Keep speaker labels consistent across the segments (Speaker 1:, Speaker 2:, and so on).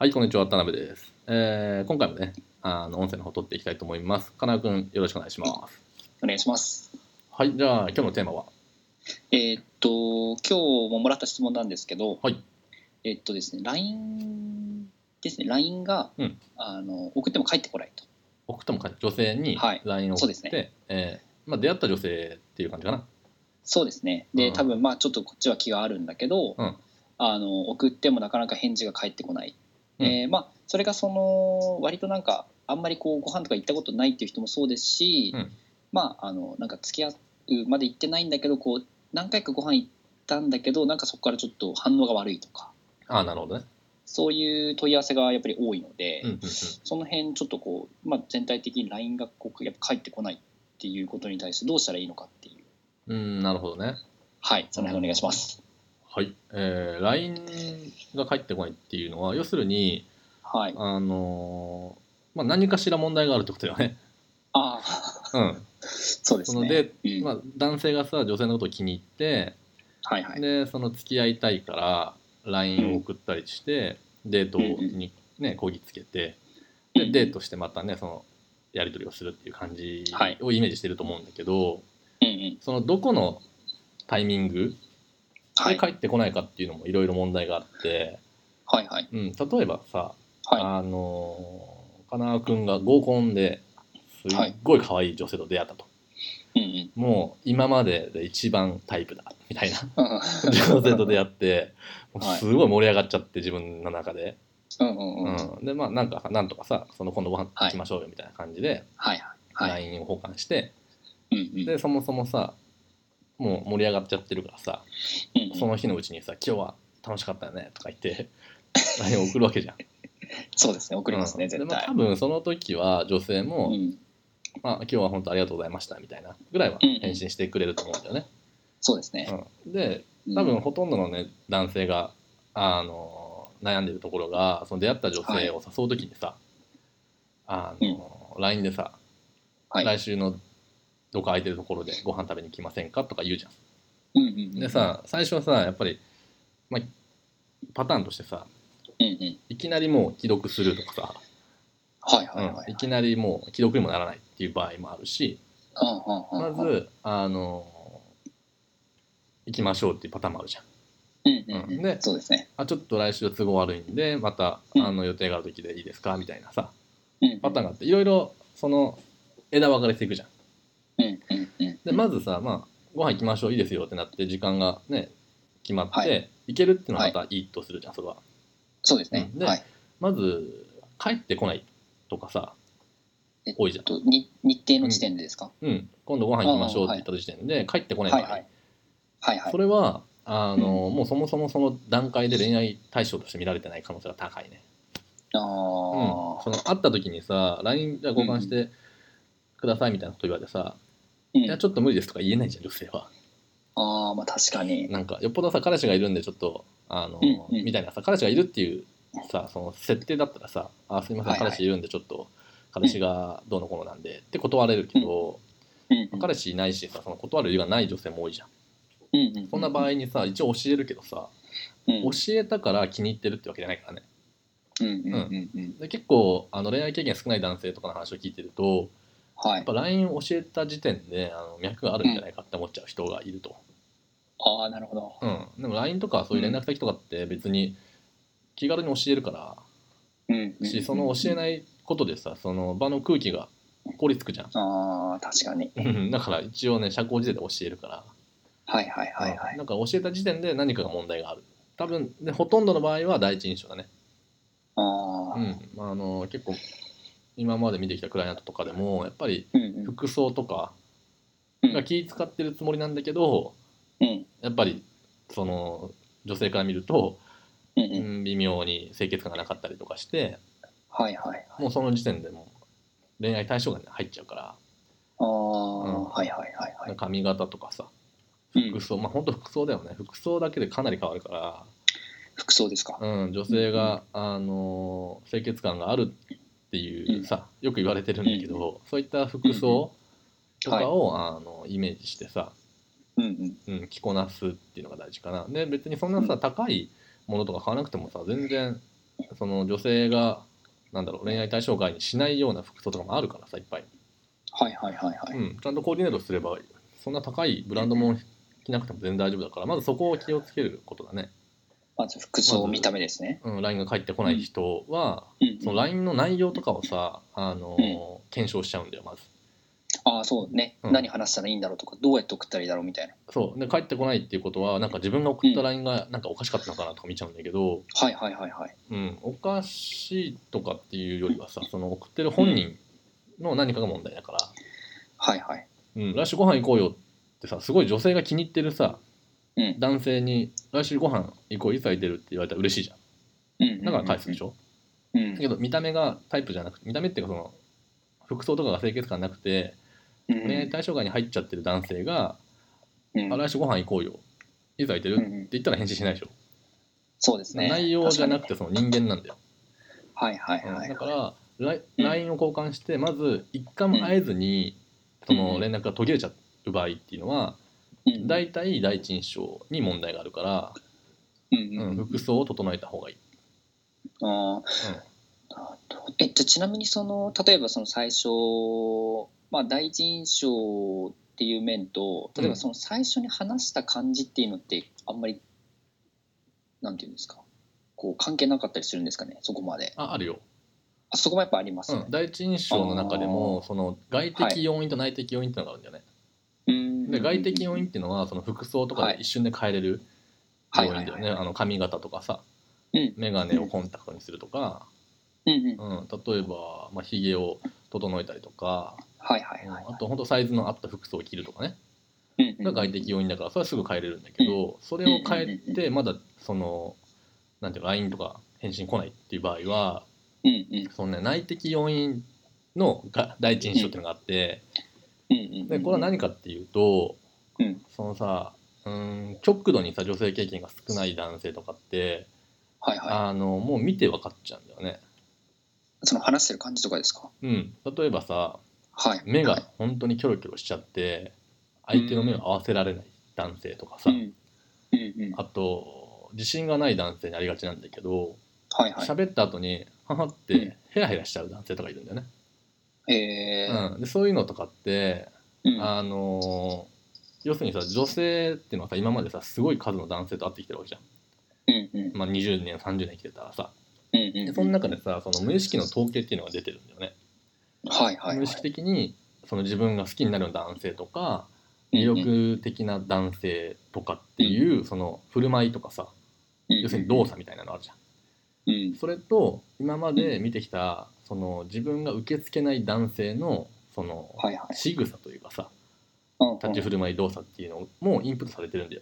Speaker 1: はい、こんにちは、田辺です。今回もね、音声の方を取っていきたいと思います。金井くん、よろしくお願いします。
Speaker 2: お願いします。
Speaker 1: はい、じゃあ、今日のテーマは？
Speaker 2: 今日ももらった質問なんですけど、
Speaker 1: はい。
Speaker 2: ですね、LINE ですね、LINE が、
Speaker 1: うん。
Speaker 2: 送っても返ってこないと。
Speaker 1: 送っても女性に
Speaker 2: はい
Speaker 1: LINE を送って、
Speaker 2: そうですね。
Speaker 1: 出会った女性っていう感じかな。
Speaker 2: そうですね。で、多分ちょっとこっちは気があるんだけど、
Speaker 1: うん。
Speaker 2: 送ってもなかなか返事が返ってこない。それが割とあんまりご飯とか行ったことないっていう人もそうですし、
Speaker 1: うん。
Speaker 2: 付き合うまで行ってないんだけど、何回かご飯行ったんだけど、そこからちょっと反応が悪いとか、
Speaker 1: なるほどね。
Speaker 2: そういう問い合わせがやっぱり多いので、
Speaker 1: うんうんうん。
Speaker 2: その辺ちょっと全体的に LINE がやっぱ返ってこないっていうことに対してどうしたらいいのかっていう。
Speaker 1: なるほどね。
Speaker 2: はい、その辺お願いします。
Speaker 1: はい。LINE が返ってこないっていうのは、要するに、
Speaker 2: はい。
Speaker 1: 何かしら問題があるってことだよね。
Speaker 2: ああ、
Speaker 1: うん。
Speaker 2: そうですね。
Speaker 1: 男性がさ、女性のことを気に入って、
Speaker 2: はいはい。
Speaker 1: でその付き合いたいから LINE を送ったりして、デートにねこぎつけて、でデートしてまたねそのやり取りをするっていう感じをイメージしてると思うんだけど、そのどこのタイミングで帰ってこないかっていうのもいろいろ問題があって、
Speaker 2: はいはい。
Speaker 1: 例えばさ、
Speaker 2: はい
Speaker 1: 金井君が合コンですっごい可愛い女性と出会ったと。もう今までで一番タイプだみたいな女性と出会ってすごい盛り上がっちゃって自分の中で、でなんとかさその今度ご飯行きましょうよみたいな感じで LINE を交換して、でそもそもさもう盛り上がっちゃってるからさ、その日のうちにさ「今日は楽しかったよね」とか言って LINE を送るわけじゃん。
Speaker 2: そうですね、送りますね、絶対。
Speaker 1: 多分その時は女性も、今日は本当ありがとうございましたみたいなぐらいは返信してくれると思うんだよね。
Speaker 2: そうですね。
Speaker 1: で多分ほとんどのね男性が悩んでるところが、その出会った女性を誘う時にさ、LINE でさ、来週のどこ空いてるところでご飯食べに来ませんかとか言うじゃん。でさ、最初はさやっぱり、パターンとしてさ、いきなりもう既読するとかさ、いきなりもう既読にもならないっていう場合もあるし、まず行きましょうっていうパターンもあるじゃん。で、
Speaker 2: そうですね。
Speaker 1: ちょっと来週都合悪いんでまた予定がある時でいいですかみたいなさ、パターンがあっていろいろその枝分かれしていくじゃん。でまずさ、ご飯行きましょういいですよってなって時間がね決まって行けるっていうのはまたいいとするじゃん、それは。
Speaker 2: そうですね。
Speaker 1: で、まず帰ってこないとかさ多いじゃん。
Speaker 2: 日程の時点でですか？
Speaker 1: 今度ご飯行きましょうって言った時点で帰ってこない場合、それはもうそもそもその段階で恋愛対象として見られてない可能性が高いね。その会った時にさ LINE じゃ交換してくださいみたいなこと言われてさ、いやちょっと無理ですとか言えないじゃん女性は。
Speaker 2: 確かに。
Speaker 1: なんかよっぽどさ彼氏がいるんでちょっとみたいなさ、彼氏がいるっていうさその設定だったらさ「あすいません彼氏いるんでちょっと彼氏がどうのこうのなんで」って断れるけど、彼氏いないしさその断る理由がない女性も多いじゃん。そんな場合にさ一応教えるけどさ、教えたから気に入ってるってわけじゃないからね。で結構恋愛経験少ない男性とかの話を聞いてると、やっぱ LINE を教えた時点で脈があるんじゃないかって思っちゃう人がいると。
Speaker 2: なるほど。
Speaker 1: でも LINE とかそういう連絡先とかって別に気軽に教えるから、その教えないことでさその場の空気が凍りつくじゃん。
Speaker 2: 確かに。
Speaker 1: だから一応ね社交辞令で教えるから、なんか教えた時点で何かが問題がある多分で、ほとんどの場合は第一印象だね。結構今まで見てきたクライアントとかでもやっぱり服装とかが気使ってるつもりなんだけど、やっぱりその女性から見ると、微妙に清潔感がなかったりとかして、もうその時点でもう恋愛対象外に入っちゃうから、髪型とかさ服装、本当服装だよね。服装だけでかなり変わるから。
Speaker 2: 服装ですか？
Speaker 1: 女性が清潔感があるっていうさよく言われてるんだけど、そういった服装とかをイメージしてさ着こなすっていうのが大事かな。で別にそんなさ高いものとか買わなくてもさ全然その女性が恋愛対象外にしないような服装とかもあるからさ、いっぱい。
Speaker 2: はいはいはいはい。
Speaker 1: ちゃんとコーディネートすればそんな高いブランドもん着なくても全然大丈夫だから、まずそこを気をつけることだね。
Speaker 2: まず服装、見た目ですね。
Speaker 1: LINE が返ってこない人は、その LINE の内容とかをさ、検証しちゃうんだよ、まず。
Speaker 2: そうね、何話したらいいんだろうとか、どうやって送ったらいいだろうみたいな。
Speaker 1: そうで、返ってこないっていうことはなんか自分が送った LINE がなんかおかしかったのかなとか見ちゃうんだけど、
Speaker 2: はいはいはいはい。
Speaker 1: おかしいとかっていうよりはさ、その送ってる本人の何かが問題だから、
Speaker 2: はいはい。
Speaker 1: 来週ご飯行こうよってさ、すごい女性が気に入ってるさ、
Speaker 2: うん
Speaker 1: 男性に来週ご飯行こういつ空いてるって言われたら嬉しいじゃん。だから返すでしょ。だけど見た目がタイプじゃなくて、見た目っていうかその服装とかが清潔感なくて恋愛対象外に入っちゃってる男性が、来週ご飯行こうよいつ空いてるって言ったら返信しないでしょ。
Speaker 2: そうですね。
Speaker 1: 内容じゃなくてその人間なんだよ。
Speaker 2: はいはいはい。
Speaker 1: だからLINE を交換してまず一回も会えずにその連絡が途切れちゃう場合っていうのは、大体第一印象に問題があるから、服装を整えた方がいい。
Speaker 2: じゃあちなみに例えばその最初、第一印象っていう面と、例えばその最初に話した感じっていうのってあんまりなんていうんですか、こう関係なかったりするんですかね、そこまで。
Speaker 1: あるよ。
Speaker 2: そこもやっぱあります、ね。
Speaker 1: 第一印象の中でもその外的要因と内的要因っていうのがあるんだよね。で外的要因っていうのはその服装とかで一瞬で変えれる要因だよね。髪型とかさ、眼鏡をコンタクトにするとか、例えばひげを整えたりとか、あと本当サイズの合った服装を着るとかね、が外的要因だからそれはすぐ変えれるんだけど、それを変えてまだそのなんていうの LINE とか返信来ないっていう場合は、そのね、内的要因の第一印象っていうのがあって、でこれは何かっていうと、そのさ、極度にさ女性経験が少ない男性とかって、もう見て分かっちゃうんだよね。
Speaker 2: その話してる感じとかですか。
Speaker 1: 例えばさ、目が本当にキョロキョロしちゃって相手の目を合わせられない男性とかさ、あと自信がない男性にありがちなんだけど、喋った後にははってヘラヘラしちゃう男性とかいるんだよね。でそういうのとかって、要するにさ女性っていうのはさ今までさすごい数の男性と会ってきてるわけじゃん。20年30年生きてたらさ、でその中でさその無意識の統計っていうのが出てるんだよね。無意識的にその自分が好きになる男性とか魅力的な男性とかっていうその振る舞いとかさ、要するに動作みたいなのあるじゃん。それと今まで見てきたその自分が受け付けない男性のその仕草というかさ、立ち振る舞い動作っていうのもインプットされてるんだよ。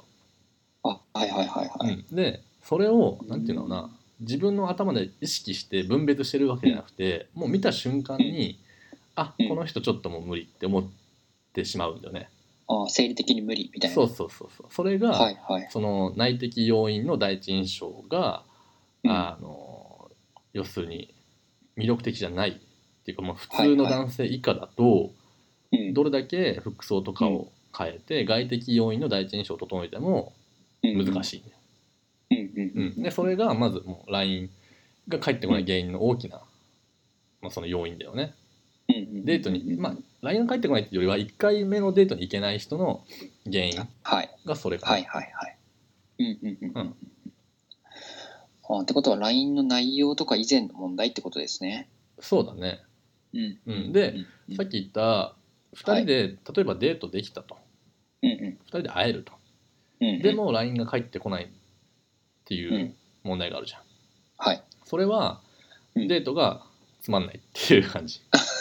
Speaker 1: でそれをなんていうのかな、自分の頭で意識して分別してるわけじゃなくて、もう見た瞬間にこの人ちょっともう無理って思ってしまうんだよね。
Speaker 2: 生理的に無理みたいな。
Speaker 1: そうそれが、その内的要因の第一印象が、要するに魅力的じゃないっていうか、普通の男性以下だと、どれだけ服装とかを変えて外的要因の第一印象を整えても難しいね。でそれがまずもう LINE が返ってこない原因の大きな、その要因だよね。デートにLINE が返ってこないっていうよりは1回目のデートに行けない人の原因がそれかな。
Speaker 2: ってことは LINE の内容とか以前の問題ってことですね。
Speaker 1: そうだね。で、さっき言った2人で例えばデートできたと、2人で会えると、でも LINE が返ってこないっていう問題があるじゃん。それはデートがつまんないっていう感じ。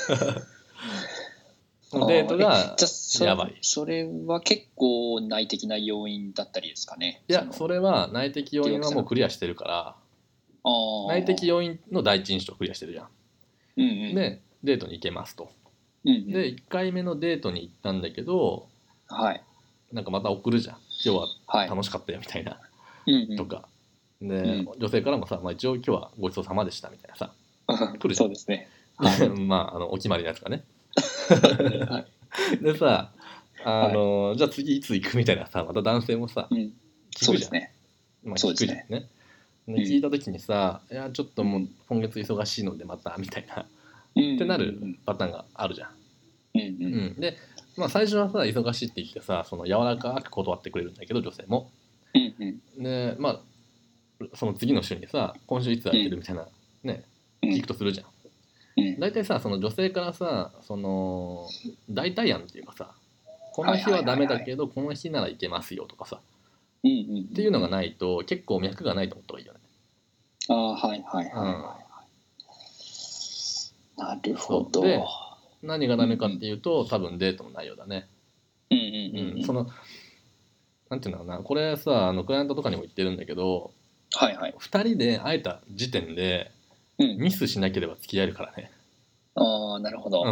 Speaker 1: デートがやばい。
Speaker 2: それは結構内的な要因だったりですかね。
Speaker 1: いやそれは内的要因はもうクリアしてるから、内的要因の第一印象クリアしてるじゃん。でデートに行けますと。で1回目のデートに行ったんだけど、なんかまた送るじゃん、今日は楽しかったよみたいな、とかで、女性からもさ、一応今日はごちそうさまでしたみたいなさ来るじゃん。
Speaker 2: そうですね。
Speaker 1: お決まりのやつがね。でさじゃあ次いつ行くみたいなさ、また男性もさ、聞くじゃん。聞くじゃんね。 で聞いた時にさ「いやちょっともう今月忙しいのでまた」みたいなってなるパターンがあるじゃん。で、まあ、最初はさ忙しいって言ってさその柔らかく断ってくれるんだけど女性も。でまあその次の週にさ今週いつ空いてるみたいなね聞くとするじゃん。大体さその女性からさその代替案っていうかさこの日はダメだけどこの日ならいけますよとかさっていうのがないと結構脈がないと思った方がいいよね。
Speaker 2: なるほど。
Speaker 1: で何がダメかっていうと多分デートの内容だね。そのなんていうんだろうなこれさクライアントとかにも言ってるんだけど、2人で会えた時点でミスしなければ付き合えるからね。
Speaker 2: なるほど。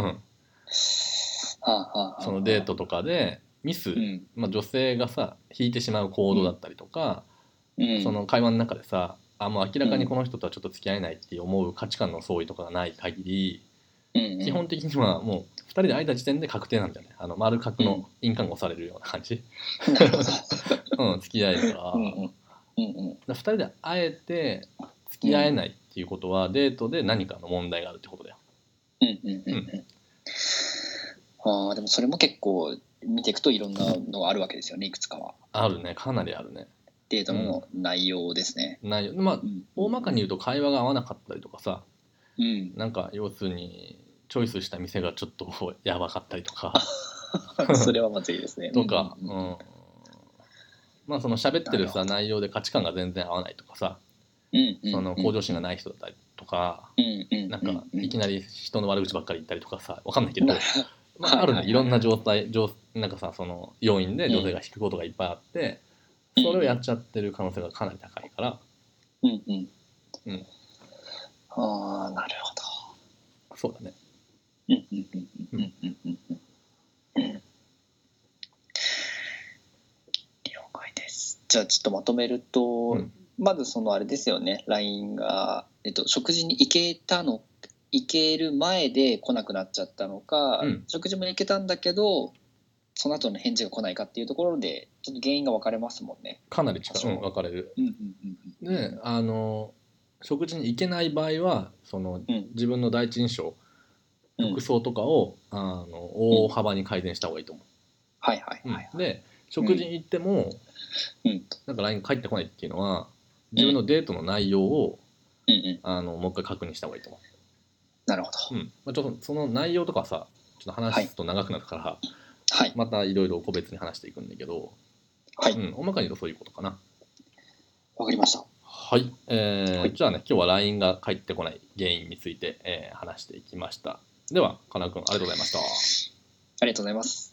Speaker 1: そのデートとかでミス、まあ、女性がさ引いてしまう行動だったりとか、その会話の中でさもう明らかにこの人とはちょっと付き合えないって思う価値観の相違とかがない限り、基本的にはもう2人で会えた時点で確定なんだよね。丸角の印鑑が押されるような感じ、付き合えるから、2人で会えて付き合えないっていうことは、デートで何かの問題があるってことだよ。
Speaker 2: でもそれも結構見ていくといろんなのがあるわけですよね。いくつかは
Speaker 1: あるね。かなりあるね。
Speaker 2: デートの内容ですね。
Speaker 1: 内容まあ、大まかに言うと会話が合わなかったりとかさ、なんか要するにチョイスした店がちょっとやばかったりとか
Speaker 2: それはまずいですね。
Speaker 1: とか、まあその喋ってるさ内容で価値観が全然合わないとかさ、その向上心がない人だったりとか、なんかいきなり人の悪口ばっかり言ったりとかさわかんないけどまああるね。いろんな状態なんかさその要因で女性が引くことがいっぱいあって、それをやっちゃってる可能性がかなり高いから。
Speaker 2: なるほど。
Speaker 1: そうだね。
Speaker 2: 了解です。じゃあちょっとまとめると、まずそのあれですよね。LINE が、食事に行ける前で来なくなっちゃったのか、食事も行けたんだけどその後の返事が来ないかっていうところでちょっと原因が分かれますもんね。
Speaker 1: かなり分かれる。で食事に行けない場合はその、自分の第一印象、服装とかを大幅に改善した方がいいと思う。で食事に行っても、なんか LINE 返ってこないっていうのは自分のデートの内容を、もう一回確認した方がいいと思う。
Speaker 2: なるほど。
Speaker 1: ちょっとその内容とかさちょっと話すと長くなるから、またいろいろ個別に話していくんだけど、大まかに言うとそういうことかな。
Speaker 2: わかりました。
Speaker 1: はい、じゃあね今日は LINE が返ってこない原因について、話していきました。では金井君ありがとうございました。
Speaker 2: ありがとうございます。